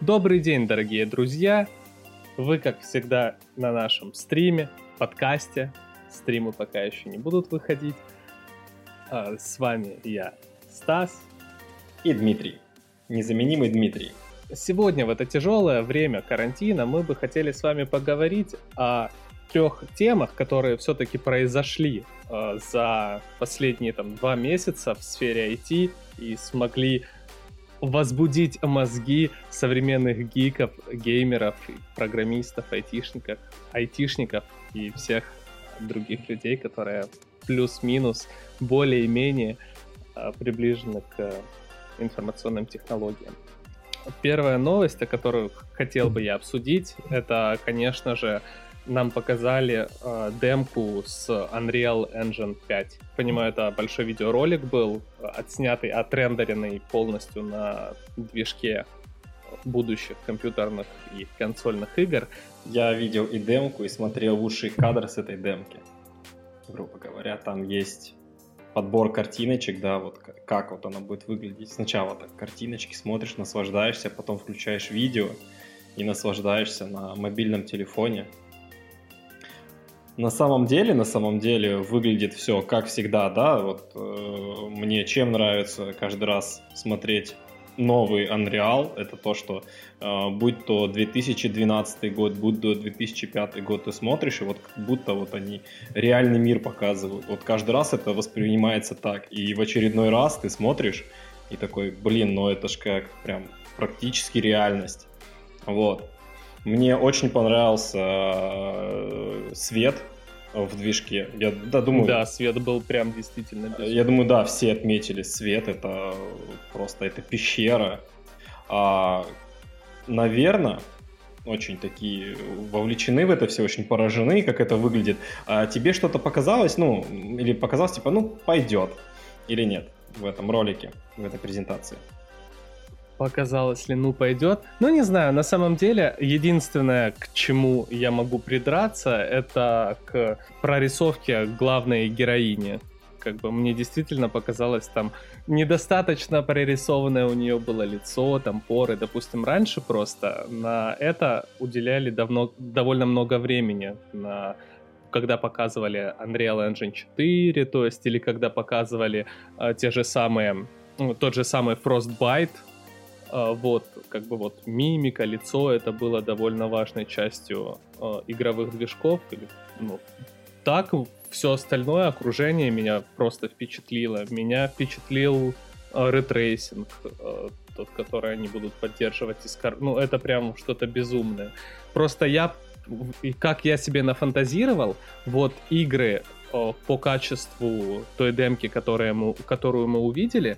Добрый день, дорогие друзья! Вы, как всегда, на нашем стриме, подкасте. Стримы пока еще не будут выходить. С вами я, Стас. И Дмитрий. Незаменимый Дмитрий. Сегодня, в это тяжелое время карантина, мы бы хотели с вами поговорить о 3 темах, которые все-таки произошли за последние 2 месяца в сфере IT и смогли возбудить мозги современных гиков, геймеров, программистов, айтишников и всех других людей, которые плюс-минус более-менее приближены к информационным технологиям. Первая новость, о которой хотел бы я обсудить, это, конечно же, нам показали демку с Unreal Engine 5. Понимаю, это большой видеоролик был, отснятый, отрендеренный полностью на движке будущих компьютерных и консольных игр. Я видел и демку, и смотрел лучшие кадры с этой демки. Грубо говоря, там есть подбор картиночек, да, вот как вот она будет выглядеть. Сначала так картиночки смотришь, наслаждаешься, потом включаешь видео и наслаждаешься на мобильном телефоне. На самом деле выглядит все как всегда, да, вот мне чем нравится каждый раз смотреть новый Unreal, это то, что будь то 2012 год, будь то 2005 год, ты смотришь, и вот как будто вот они реальный мир показывают, вот каждый раз это воспринимается так, и в очередной раз ты смотришь и такой, ну это ж как прям практически реальность, вот. Мне очень понравился свет в движке. Да, свет был прям действительно безумный. Я думаю, да, все отметили свет. Это просто это пещера. Наверное, очень такие вовлечены в это все, очень поражены, как это выглядит. А тебе что-то показалось, или показалось, типа, пойдет или нет в этом ролике, в этой презентации? Показалось ли, пойдет. Не знаю, на самом деле, единственное, к чему я могу придраться, это к прорисовке главной героини. Мне действительно показалось, там недостаточно прорисованное у нее было лицо, там поры. Допустим, раньше просто на это уделяли довольно много времени, когда показывали Unreal Engine 4, то есть, или когда показывали тот же самый Frostbite. Мимика, лицо, это было довольно важной частью игровых движков. Так, все остальное окружение меня просто впечатлило. Меня впечатлил ретрейсинг, тот, который они будут поддерживать. Это прям что-то безумное. Просто как я себе нафантазировал, игры по качеству той демки, которую мы увидели,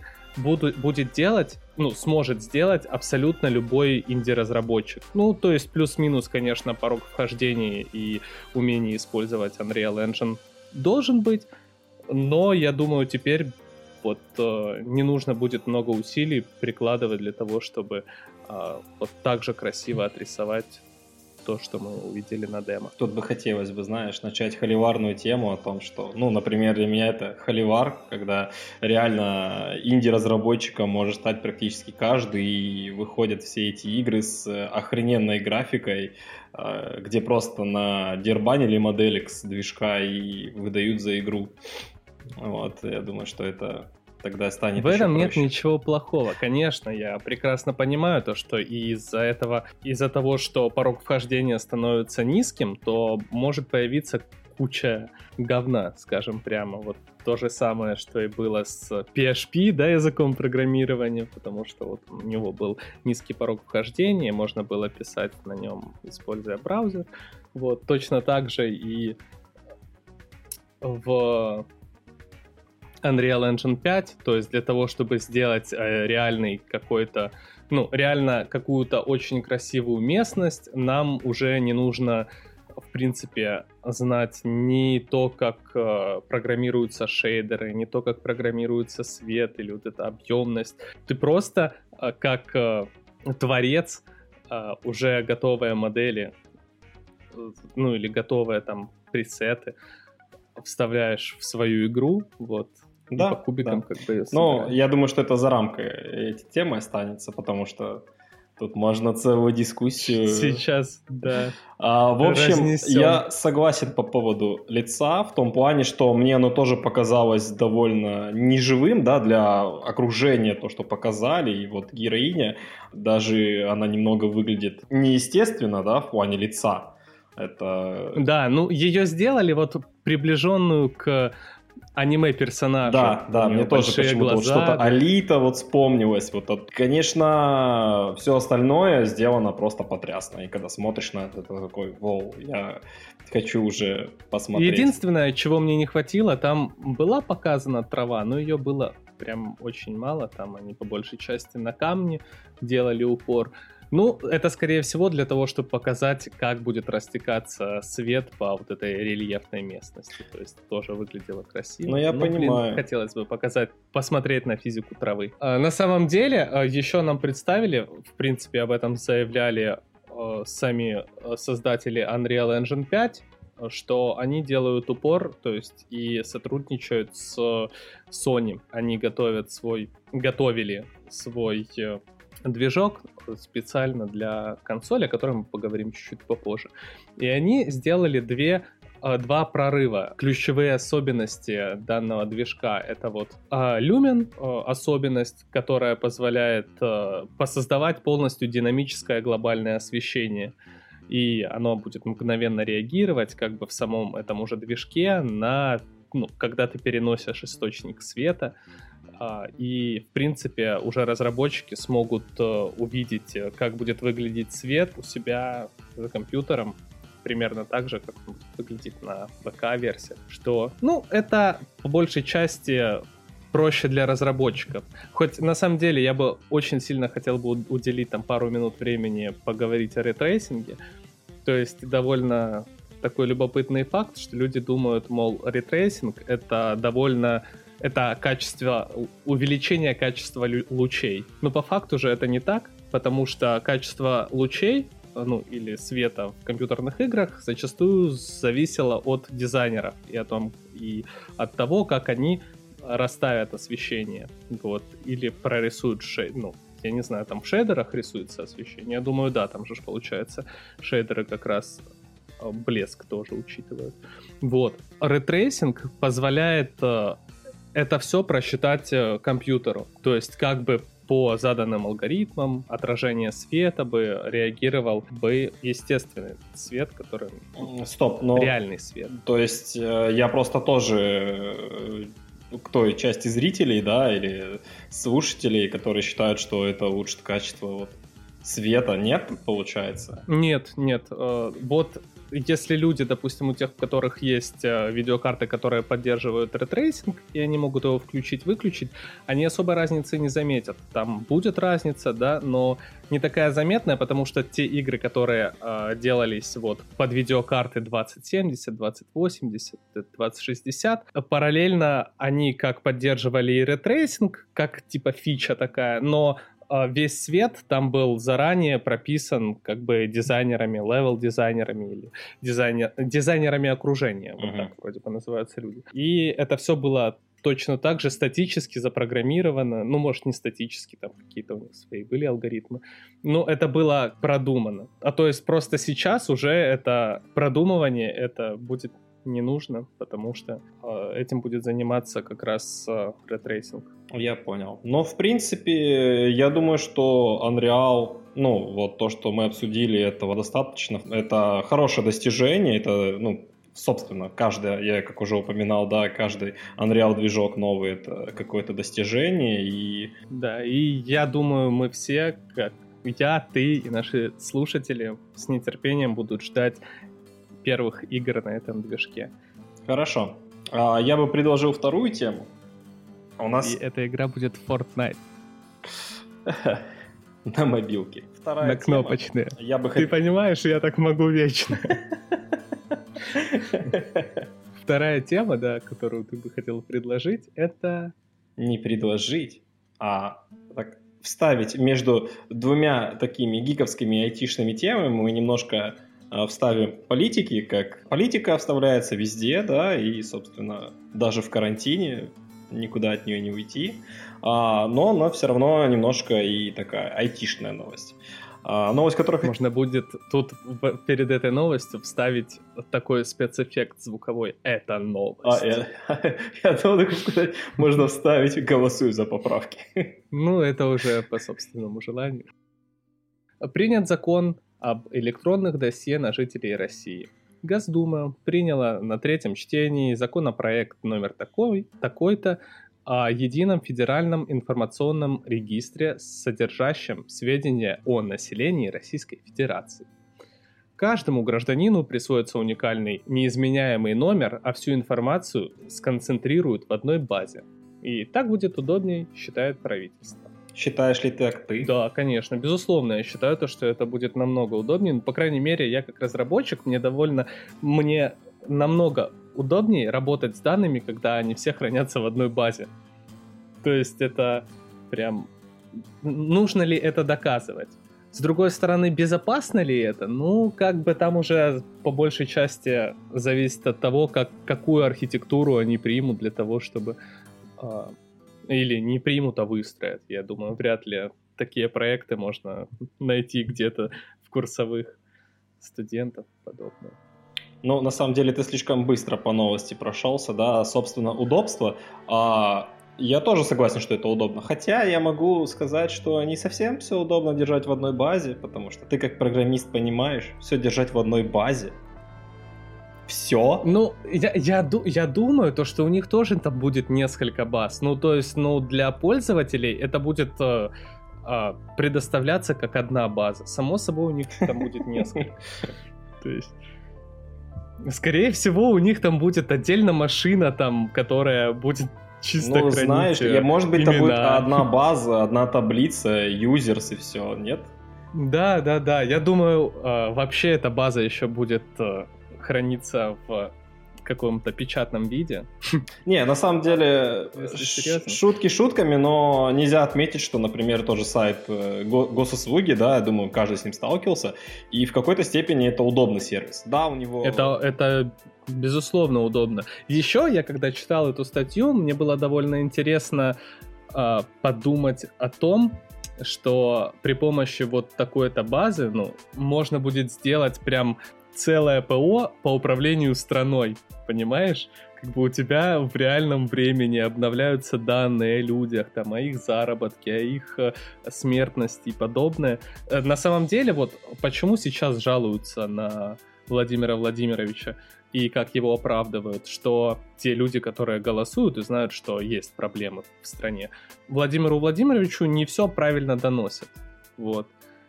сможет сделать абсолютно любой инди-разработчик. То есть плюс-минус, конечно, порог вхождения и умение использовать Unreal Engine должен быть, но я думаю, теперь не нужно будет много усилий прикладывать для того, чтобы так же красиво отрисовать то, что мы увидели на демо. Тут бы хотелось бы, начать холиварную тему о том, что, например, для меня это холивар, когда реально инди-разработчиком может стать практически каждый, и выходят все эти игры с охрененной графикой, где просто надербанили моделек с движка и выдают за игру. Я думаю, что это тогда станет в этом еще нет ничего плохого. Конечно, я прекрасно понимаю то, что из-за того, что порог вхождения становится низким, то может появиться куча говна, скажем прямо. То же самое, что и было с PHP, да, языком программирования, потому что у него был низкий порог вхождения, можно было писать на нем, используя браузер. Точно так же и в Unreal Engine 5, то есть для того, чтобы сделать реально какую-то очень красивую местность, нам уже не нужно, в принципе, знать ни то, как программируются шейдеры, ни то, как программируется свет или эта объемность. Ты просто, как творец, уже готовые модели, или готовые пресеты вставляешь в свою игру, Да, по кубикам да. Я думаю, что это за рамкой этой темы останется, потому что Тут можно целую дискуссию. Сейчас, да. В общем, разнесем. я согласен по поводу лица, в том плане, что мне оно тоже показалось довольно неживым, да, для окружения, то, что показали, и вот героиня, даже она немного выглядит неестественно, да, в плане лица. Это... Да, ну ее сделали вот приближенную к аниме-персонажу. Да, мне тоже почему-то вот что-то Алита вот вспомнилось. Вот, конечно, все остальное сделано просто потрясно. И когда смотришь на это, ты такой, вау, я хочу уже посмотреть. Единственное, чего мне не хватило, там была показана трава, но ее было прям очень мало. Там они по большей части на камне делали упор. Ну, это, скорее всего, для того, чтобы показать, как будет растекаться свет по вот этой рельефной местности. То есть тоже выглядело красиво. Ну, я понимаю. Хотелось бы посмотреть на физику травы. На самом деле, еще нам представили, в принципе, об этом заявляли сами создатели Unreal Engine 5, что они делают упор, то есть и сотрудничают с Sony. Они готовили свой движок специально для консоли, о котором мы поговорим чуть-чуть попозже. И они сделали два прорыва. Ключевые особенности данного движка — это вот Lumen, особенность, которая позволяет посоздавать полностью динамическое глобальное освещение. И оно будет мгновенно реагировать как бы в самом этом уже движке на, когда ты переносишь источник света. И, в принципе, уже разработчики смогут увидеть, как будет выглядеть свет у себя за компьютером, примерно так же, как он будет выглядеть на ВК-версиях. Что, это по большей части проще для разработчиков. Хоть, на самом деле, я бы очень сильно хотел бы уделить там пару минут времени поговорить о рейтрейсинге. То есть довольно такой любопытный факт, что люди думают, мол, рейтрейсинг — это увеличение качества лучей. Но по факту же это не так, потому что качество лучей, или света в компьютерных играх зачастую зависело от дизайнеров и от того, как они расставят освещение. Вот. Или прорисуют я не знаю, там в шейдерах рисуется освещение. Я думаю, да, там же получается шейдеры как раз блеск тоже учитывают. Вот. Рейтрейсинг позволяет это все просчитать компьютеру. То есть как бы по заданным алгоритмам отражение света бы реагировал бы естественный свет, который... реальный свет. То есть я просто тоже к той части зрителей, да, или слушателей, которые считают, что это улучшит качество света, нет, получается? Нет. Вот если люди, допустим, у тех, у которых есть видеокарты, которые поддерживают рейтрейсинг, и они могут его включить-выключить, они особой разницы не заметят. Там будет разница, да, но не такая заметная, потому что те игры, которые делались под видеокарты 2070, 2080, 2060, параллельно они как поддерживали и рейтрейсинг, как типа фича такая, но весь свет там был заранее прописан как бы дизайнерами, левел-дизайнерами или дизайнерами окружения, вот так вроде бы называются люди. И это все было точно так же статически запрограммировано, может не статически, там какие-то у них свои были алгоритмы, но это было продумано. То есть просто сейчас уже это продумывание, это будет не нужно, потому что этим будет заниматься как раз рейтрейсинг. Я понял. Но, в принципе, я думаю, что Unreal, то, что мы обсудили, этого достаточно. Это хорошее достижение, это, собственно, я как уже упоминал, да, каждый Unreal-движок новый — это какое-то достижение. Да, и я думаю, мы все, как я, ты и наши слушатели, с нетерпением будут ждать первых игр на этом движке. Хорошо. Я бы предложил вторую тему. И эта игра будет Fortnite. На мобилке. На кнопочные. Ты понимаешь, я так могу вечно. Вторая тема, да, которую ты бы хотел предложить, это... Не предложить, а так вставить между двумя такими гиковскими айтишными темами. Мы немножко вставим политики, как политика вставляется везде, да, и, собственно, даже в карантине никуда от нее не уйти, но она все равно немножко и такая айтишная новость. Новость, которую... Можно будет тут перед этой новостью вставить такой спецэффект звуковой. Это новость. Я думал, сказать, можно вставить «голосую за поправки». Ну, это уже по собственному желанию. Принят закон об электронных досье на жителей России. Госдума приняла на 3-м чтении законопроект номер такой-то о едином федеральном информационном регистре, содержащем сведения о населении Российской Федерации. Каждому гражданину присвоится уникальный неизменяемый номер, а всю информацию сконцентрируют в одной базе. И так будет удобнее, считает правительство. Считаешь ли ты? Да, конечно, безусловно, я считаю, что это будет намного удобнее. По крайней мере, я как разработчик, мне намного удобнее работать с данными, когда они все хранятся в одной базе. То есть это прям... Нужно ли это доказывать? С другой стороны, безопасно ли это? Ну, как бы там уже по большей части зависит от того, какую архитектуру они примут для того, чтобы... Или не примут, а выстроят. Я думаю, вряд ли такие проекты можно найти где-то в курсовых студентов подобное. Ну, на самом деле, ты слишком быстро по новости прошелся, да, собственно, удобство. Я тоже согласен, что это удобно. Хотя я могу сказать, что не совсем все удобно держать в одной базе, потому что ты как программист понимаешь, все держать в одной базе. Все? Ну, я думаю, что у них тоже там будет несколько баз. Ну, то есть, для пользователей это будет предоставляться как одна база. Само собой, у них там будет несколько. То есть, скорее всего, у них там будет отдельно машина, там, которая будет чисто хранить знаешь, может быть, имена. Это будет одна база, одна таблица, юзерс и все, нет? Да. Я думаю, вообще эта база еще будет... хранится в каком-то печатном виде. Не, на самом деле, шутки шутками, но нельзя отметить, что, например, тот же сайт госуслуги, да, я думаю, каждый с ним сталкивался, и в какой-то степени это удобный сервис. Да, у него... Это безусловно удобно. Еще я, когда читал эту статью, мне было довольно интересно подумать о том, что при помощи вот такой-то базы, можно будет сделать прям целое ПО по управлению страной, понимаешь? Как бы у тебя в реальном времени обновляются данные о людях, там, о их заработке, о их смертности и подобное. На самом деле, вот почему сейчас жалуются на Владимира Владимировича и как его оправдывают, что те люди, которые голосуют и знают, что есть проблемы в стране, Владимиру Владимировичу не все правильно доносят. Вот.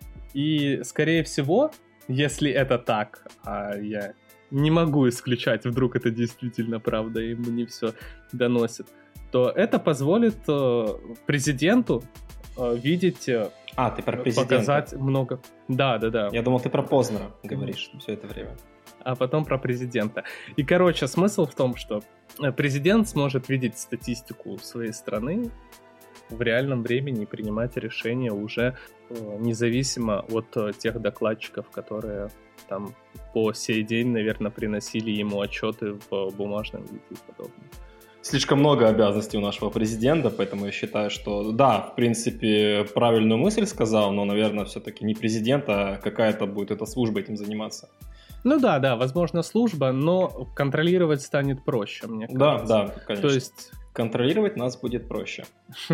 И, скорее всего, если это так, а я не могу исключать, вдруг это действительно правда, и ему не все доносит, то это позволит президенту видеть, ты про президента. показать много. Да. Я думал, ты про Познера говоришь все это время. А потом про президента. И, короче, смысл в том, что президент сможет видеть статистику своей страны в реальном времени и принимать решения уже независимо от тех докладчиков, которые там по сей день, наверное, приносили ему отчеты в бумажном виде и подобное. Слишком много обязанностей у нашего президента, поэтому я считаю, что да, в принципе, правильную мысль сказал, но, наверное, все-таки не президент, а какая-то будет эта служба этим заниматься. Ну да, возможно, служба, но контролировать станет проще, мне кажется. Да, конечно. То есть контролировать нас будет проще.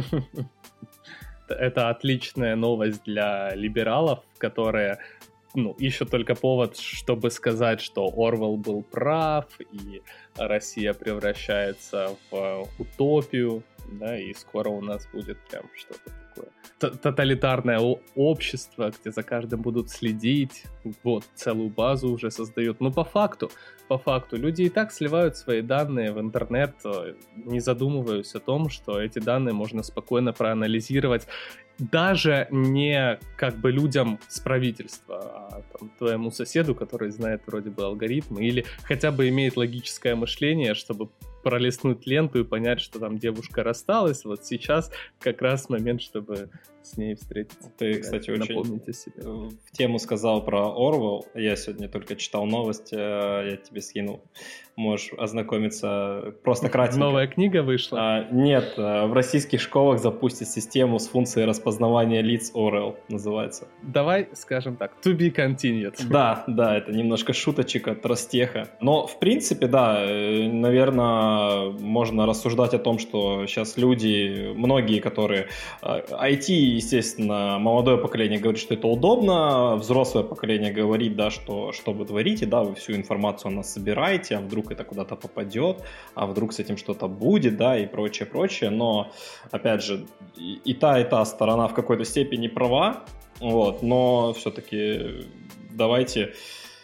Это отличная новость для либералов, которые ищут только повод, чтобы сказать, что Орвелл был прав, и Россия превращается в утопию, да, и скоро у нас будет прям что-то такое. Тоталитарное общество, где за каждым будут следить, вот, целую базу уже создают. Но по факту, люди и так сливают свои данные в интернет, не задумываясь о том, что эти данные можно спокойно проанализировать даже не как бы людям с правительства, а там, твоему соседу, который знает вроде бы алгоритмы, или хотя бы имеет логическое мышление, чтобы пролистнуть ленту и понять, что там девушка рассталась, вот сейчас как раз момент, чтобы с ней встретиться. Ты, кстати, очень напомните себе. В тему сказал про Орвелл. Я сегодня только читал новость, я тебе скинул. Можешь ознакомиться просто кратенько. Новая книга вышла? Нет, в российских школах запустят систему с функцией распознавания лиц Орвелл, называется. Давай скажем так, to be continued. Да, это немножко шуточек от Ростеха. Но, в принципе, да, наверное, можно рассуждать о том, что сейчас люди, многие, которые... IT, естественно, молодое поколение говорит, что это удобно, взрослое поколение говорит, да, что вы творите, да, вы всю информацию о нас собираете, а вдруг это куда-то попадет, а вдруг с этим что-то будет, да, и прочее, но, опять же, и та сторона в какой-то степени права, вот, но все-таки давайте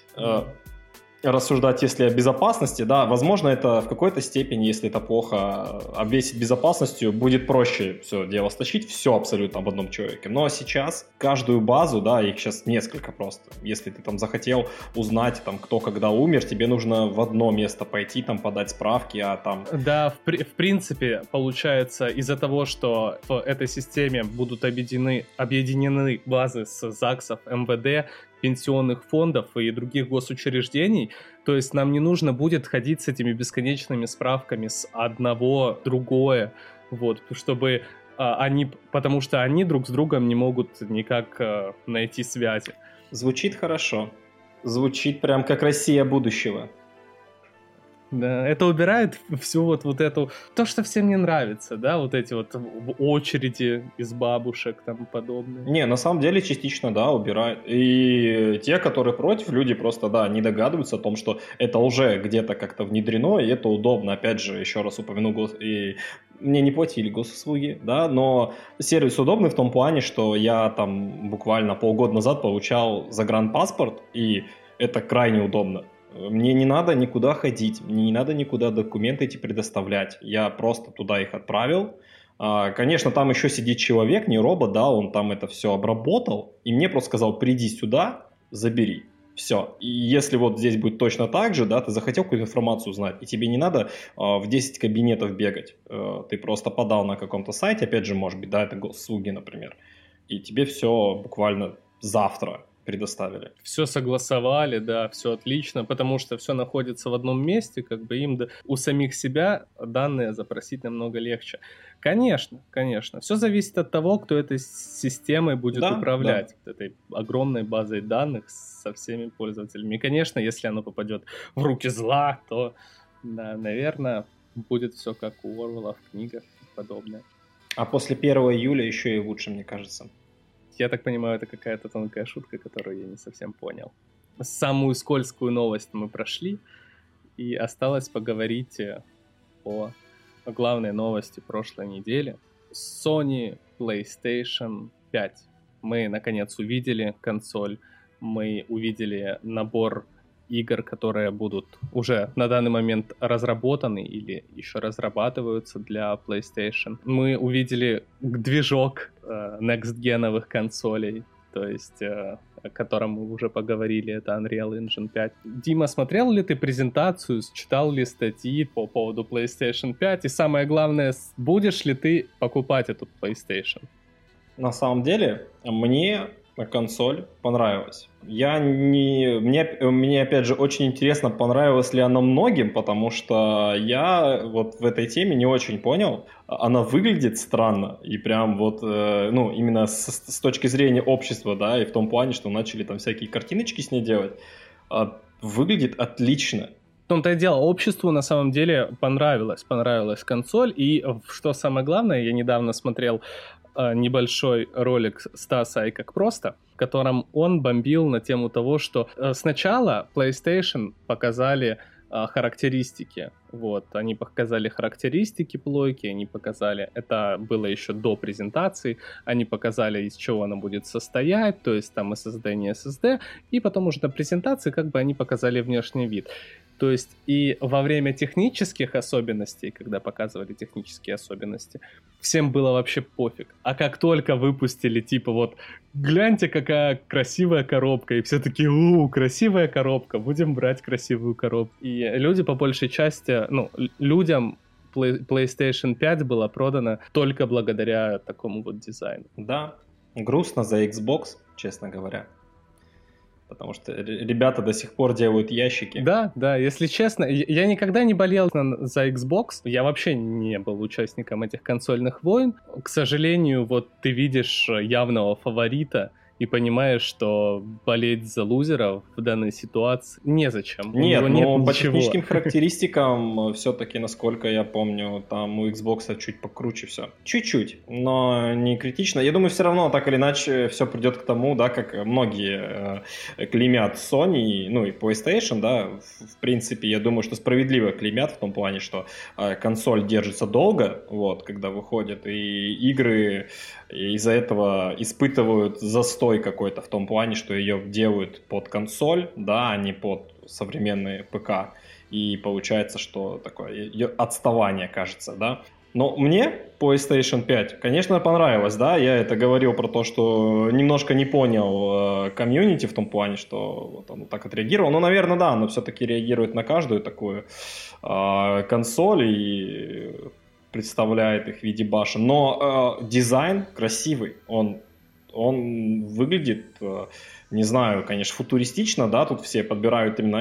рассуждать, если о безопасности, да, возможно, это в какой-то степени, если это плохо обвесить безопасностью, будет проще все дело стащить, все абсолютно об одном человеке. Но сейчас каждую базу, да, их сейчас несколько просто. Если ты там захотел узнать, там, кто когда умер, тебе нужно в одно место пойти, там, подать справки, а там... Да, в принципе, получается, из-за того, что в этой системе будут объединены базы с ЗАГСов, МВД, пенсионных фондов и других госучреждений, то есть нам не нужно будет ходить с этими бесконечными справками с одного другое, вот, чтобы потому что они друг с другом не могут никак найти связи. Звучит хорошо. Звучит прям как Россия будущего. Да, это убирает всю вот эту... То, что всем не нравится, да, вот эти вот очереди из бабушек там подобные. Не, на самом деле частично, да, убирает. И те, которые против, люди просто, да, не догадываются о том, что это уже где-то как-то внедрено, и это удобно. Опять же, еще раз упомяну, и мне не платили госуслуги, да, но сервис удобный в том плане, что я там буквально полгода назад получал загранпаспорт, и это крайне удобно. Мне не надо никуда ходить, мне не надо никуда документы эти предоставлять. Я просто туда их отправил. Конечно, там еще сидит человек, не робот, да, он там это все обработал. И мне просто сказал, приди сюда, забери. Все. И если вот здесь будет точно так же, да, ты захотел какую-то информацию узнать, и тебе не надо в 10 кабинетов бегать. Ты просто подал на каком-то сайте, опять же, может быть, да, это госуслуги, например. И тебе все буквально завтра предоставили. Все согласовали, да, все отлично, потому что все находится в одном месте, как бы им у самих себя данные запросить намного легче. Конечно, все зависит от того, кто этой системой будет управлять, этой огромной базой данных со всеми пользователями. И, конечно, если оно попадет в руки зла, то, да, наверное, будет все как у Орвелла в книгах и подобное. А после 1 июля еще и лучше, мне кажется. Я так понимаю, это какая-то тонкая шутка, которую я не совсем понял. Самую скользкую новость мы прошли, и осталось поговорить о главной новости прошлой недели. Sony PlayStation 5. Мы, наконец, увидели консоль, мы увидели набор игр, которые будут уже на данный момент разработаны или еще разрабатываются для PlayStation. Мы увидели движок next-геновых консолей, то есть о котором мы уже поговорили, это Unreal Engine 5. Дима, смотрел ли ты презентацию, читал ли статьи по поводу PlayStation 5? И самое главное, будешь ли ты покупать эту PlayStation? На самом деле, мне консоль понравилась. Мне, опять же, очень интересно, понравилась ли она многим, потому что я вот в этой теме не очень понял. Она выглядит странно, и прям вот, именно с точки зрения общества, да, и в том плане, что начали там всякие картиночки с ней делать, выглядит отлично. В том-то и дело, обществу на самом деле понравилась консоль, и что самое главное, я недавно смотрел небольшой ролик Стаса «Ай как просто», в котором он бомбил на тему того, что сначала PlayStation показали характеристики. Вот, они показали характеристики плойки, это было еще до презентации, они показали, из чего она будет состоять, то есть там SSD, не SSD, и потом уже на презентации как бы они показали внешний вид. То есть и во время технических особенностей, когда показывали технические особенности, всем было вообще пофиг. А как только выпустили, типа вот, гляньте, какая красивая коробка, и все такие, красивая коробка, будем брать красивую коробку. И люди по большей части, людям PlayStation 5 была продана только благодаря такому вот дизайну. Да, Грустно за Xbox, честно говоря. Потому что ребята до сих пор делают ящики. Да, если честно, я никогда не болел за Xbox. Я вообще не был участником этих консольных войн. К сожалению, вот ты видишь явного фаворита и понимаешь, что болеть за лузеров в данной ситуации незачем. Нет, но по ничего. техническим характеристикам все-таки, насколько я помню, там у Xbox чуть покруче все. Чуть-чуть, но не критично. Я думаю, все равно так или иначе все придет к тому, да, как многие клеймят Sony, ну и PlayStation, да, в принципе, я думаю, что справедливо клеймят в том плане, что консоль держится долго, вот, когда выходит, и игры из-за этого испытывают застой какой-то в том плане, что ее делают под консоль, да, а не под современные ПК. И получается, что такое ее отставание, кажется, да. Но мне PlayStation 5, конечно, понравилось, да, я это говорил про то, что немножко не понял комьюнити в том плане, что вот оно так отреагировало. Но, наверное, да, оно все-таки реагирует на каждую такую консоль и представляет их в виде башен. Но дизайн красивый, он выглядит, не знаю, конечно, футуристично, да, тут все подбирают именно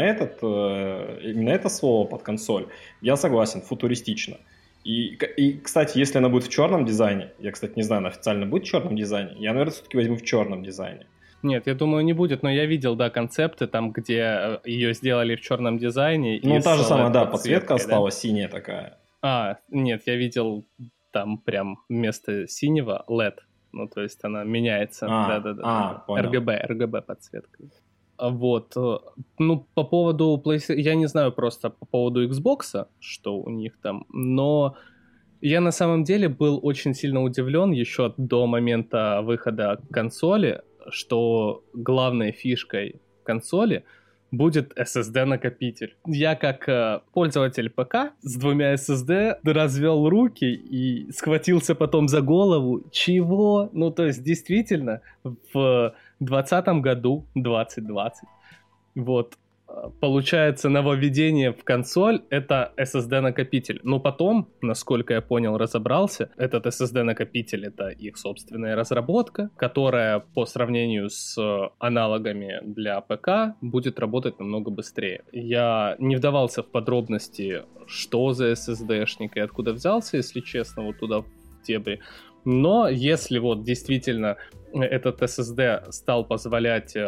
это слово под консоль. Я согласен, футуристично. И, кстати, если она будет в черном дизайне, я, кстати, не знаю, она официально будет в черном дизайне, я, наверное, все-таки возьму в черном дизайне. Нет, я думаю, не будет, но я видел, да, концепты там, где ее сделали в черном дизайне. Ну, та же самая, да, подсветка осталась, да? Синяя такая. Нет, я видел там прям вместо синего LED. Ну, то есть она меняется. Да. RGB подсветка. Вот. Ну, по поводу PlayStation, я не знаю просто по поводу Xbox, что у них там, но я на самом деле был очень сильно удивлен еще до момента выхода консоли, что главной фишкой консоли будет SSD-накопитель. Я как пользователь ПК с 2 SSD развел руки и схватился потом за голову. Чего? Ну, то есть, действительно, в 2020 году, 2020, вот, получается, нововведение в консоль — это SSD-накопитель. Но потом, насколько я понял, разобрался, этот SSD-накопитель — это их собственная разработка, которая по сравнению с аналогами для ПК будет работать намного быстрее. Я не вдавался в подробности, что за SSD-шник и откуда взялся, если честно, вот туда в дебри. Но если вот действительно этот SSD стал позволять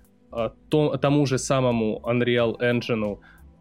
тому же самому Unreal Engine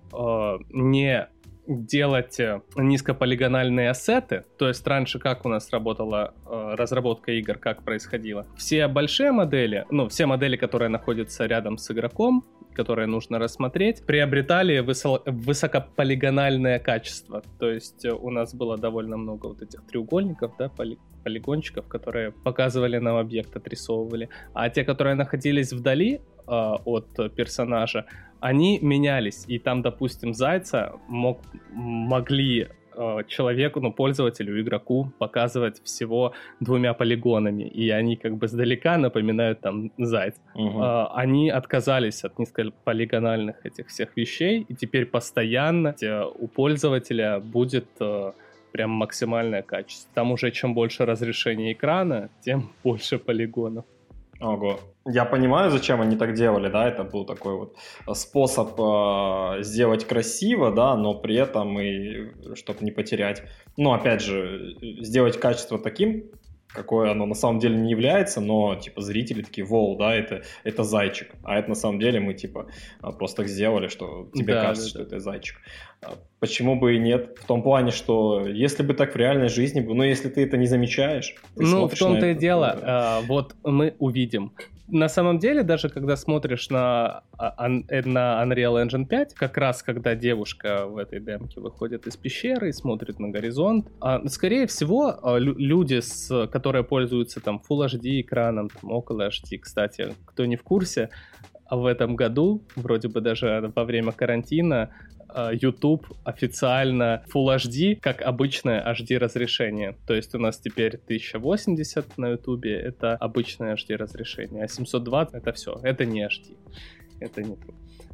не делать низкополигональные ассеты, то есть раньше как у нас работала разработка игр, как происходило. Все большие модели, ну, все модели, которые находятся рядом с игроком, которые нужно рассмотреть, приобретали высокополигональное качество. То есть у нас было довольно много вот этих треугольников, да, полигончиков, которые показывали нам объект, отрисовывали. А те, которые находились вдали от персонажа, они менялись. И там, допустим, зайца могли человеку, ну, пользователю, игроку показывать всего 2 полигонами, и они как бы сдалека напоминают там зайца. Они отказались от низкополигональных этих всех вещей, и теперь постоянно у пользователя будет прям максимальное качество. Там уже чем больше разрешение экрана, тем больше полигонов. Ого. Я понимаю, зачем они так делали, да, это был такой вот способ сделать красиво, да, но при этом и чтобы не потерять. Ну, опять же, сделать качество таким, какое оно на самом деле не является, но, типа, зрители такие, воу, да, это зайчик, а это на самом деле мы, типа, просто так сделали, что тебе кажется, что это зайчик. Почему бы и нет? В том плане, что если бы так в реальной жизни было, но если ты это не замечаешь, ты ну, в том-то и дело, вот мы увидим. На самом деле, даже когда смотришь на Unreal Engine 5, как раз когда девушка в этой демке выходит из пещеры и смотрит на горизонт, скорее всего, люди, которые пользуются там Full HD экраном, там, около HD, кстати, кто не в курсе, в этом году, вроде бы даже во время карантина, YouTube официально Full HD как обычное HD разрешение. То есть у нас теперь 1080 на YouTube это обычное HD разрешение, а 720 это все, это не HD. Это не то.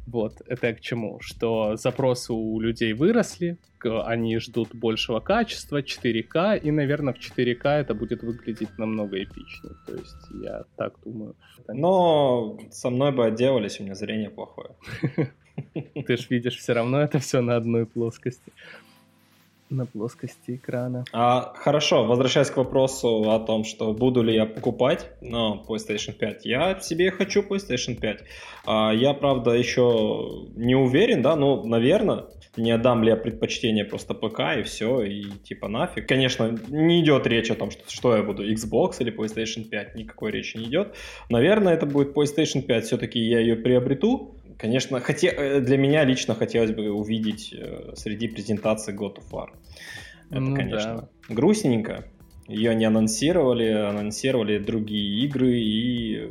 Вот, это к чему? Что запросы у людей выросли, они ждут большего качества, 4К, и, наверное, в 4К это будет выглядеть намного эпичнее. То есть я так думаю. Но со мной бы отделались, у меня зрение плохое. Ты ж видишь все равно это все на одной плоскости. На плоскости экрана. Хорошо, возвращаясь к вопросу о том, что буду ли я покупать PlayStation 5. Я себе хочу PlayStation 5. Я, правда, еще не уверен, да, но, наверное, не отдам ли я предпочтение просто ПК и все, и типа нафиг. Конечно, не идет речь о том, что я буду Xbox или PlayStation 5, никакой речи не идет. Наверное, это будет PlayStation 5, все-таки я ее приобрету. Конечно, для меня лично хотелось бы увидеть среди презентаций God of War. Это, конечно, грустненько. Ее не анонсировали другие игры, и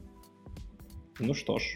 ну что ж,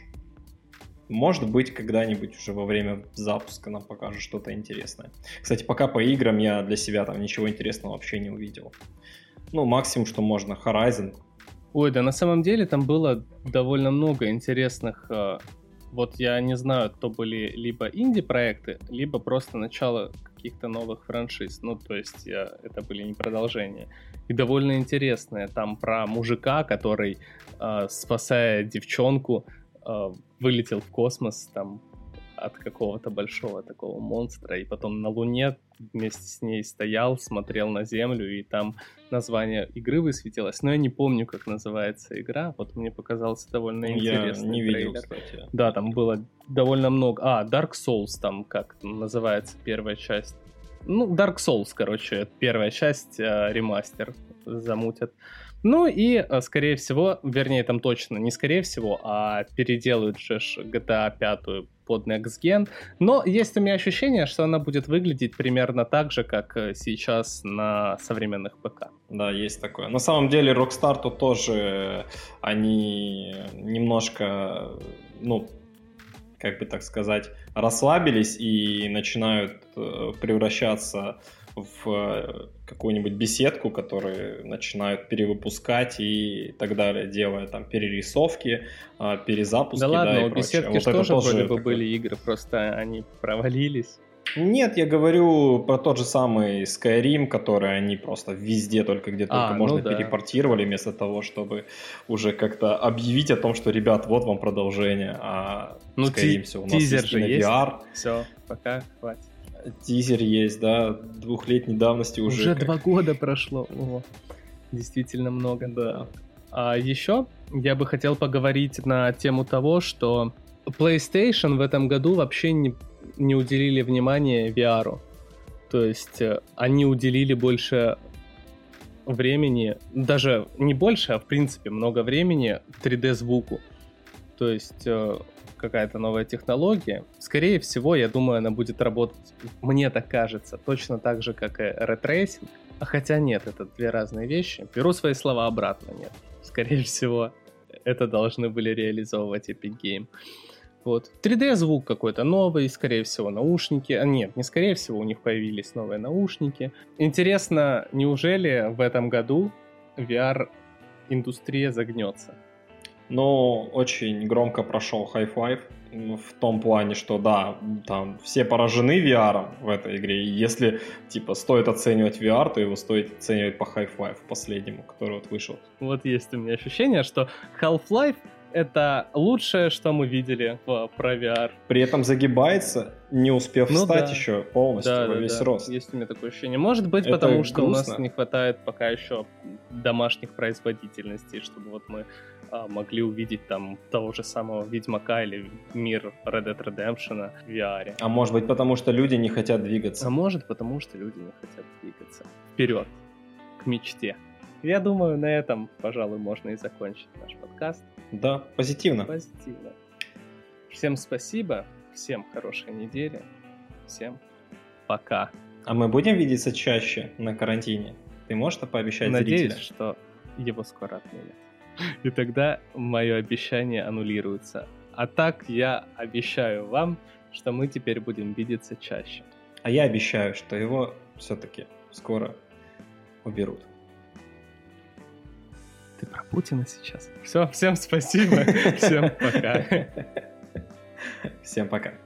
может быть, когда-нибудь уже во время запуска нам покажут что-то интересное. Кстати, пока по играм я для себя там ничего интересного вообще не увидел. Ну, максимум, что можно, Horizon. Ой, да на самом деле там было довольно много интересных... Вот я не знаю, то были либо инди-проекты, либо просто начало каких-то новых франшиз. Ну, то есть это были не продолжения. И довольно интересные. Там про мужика, который, спасая девчонку, вылетел в космос там от какого-то большого такого монстра, и потом на Луне вместе с ней стоял, смотрел на Землю, и там название игры высветилось, но я не помню, как называется игра, вот мне показался довольно интересный не трейлер. видел, кстати. Да, там было довольно много... Dark Souls там, как называется первая часть. Ну, Dark Souls, короче, первая часть, ремастер замутят. Ну и, скорее всего, вернее, там точно не скорее всего, а переделают же GTA 5 под Next Gen. Но есть у меня ощущение, что она будет выглядеть примерно так же, как сейчас на современных ПК. Да, есть такое. На самом деле, Rockstar тут тоже, они немножко, ну, как бы так сказать, расслабились и начинают превращаться в какую-нибудь беседку, которую начинают перевыпускать и так далее, делая там перерисовки, перезапуски. Да ладно, и у прочее. беседки вот тоже вроде бы были игры, просто они провалились. Нет, я говорю про тот же самый Skyrim, который они просто везде, только где только можно, перепортировали, вместо того, чтобы уже как-то объявить о том, что, ребят, вот вам продолжение, а Skyrim все у нас есть же на есть. VR. Все, пока, хватит. Тизер есть, да, 2-летней давности уже. Уже 2 года прошло. О, действительно много. Да. А еще я бы хотел поговорить на тему того, что PlayStation в этом году вообще не уделили внимания VR. То есть они уделили больше времени, даже не больше, а в принципе много времени 3D-звуку. То есть какая-то новая технология. Скорее всего, я думаю, она будет работать, мне так кажется, точно так же, как и рейтрейсинг. А хотя нет, это две разные вещи. Беру свои слова обратно, нет. Скорее всего, это должны были реализовывать Epic Game. Вот. 3D-звук какой-то новый, скорее всего, наушники. Нет, не скорее всего, у них появились новые наушники. Интересно, неужели в этом году VR-индустрия загнется? Но очень громко прошел Half-Life в том плане, что да, там все поражены VR в этой игре, и если типа стоит оценивать VR, то его стоит оценивать по Half-Life последнему, который вот вышел. Вот есть у меня ощущение, что Half-Life это лучшее, что мы видели про VR. При этом загибается, не успев встать еще полностью во весь рост. Есть у меня такое ощущение. Может быть, это потому что грустно. У нас не хватает пока еще домашних производительностей, чтобы вот мы могли увидеть там того же самого Ведьмака или мир Red Dead Redemption в VR. А может быть, потому что люди не хотят двигаться. А может, потому что люди не хотят двигаться. Вперед, к мечте. Я думаю, на этом, пожалуй, можно и закончить наш подкаст. Да, позитивно. Позитивно. Всем спасибо, всем хорошей недели, всем пока. А мы будем видеться чаще на карантине? Ты можешь это пообещать зрителям? Надеюсь, что его скоро отменят. И тогда мое обещание аннулируется. А так я обещаю вам, что мы теперь будем видеться чаще. А я обещаю, что его все-таки скоро уберут. Ты про Путина сейчас? Все, всем спасибо, всем пока. Всем пока.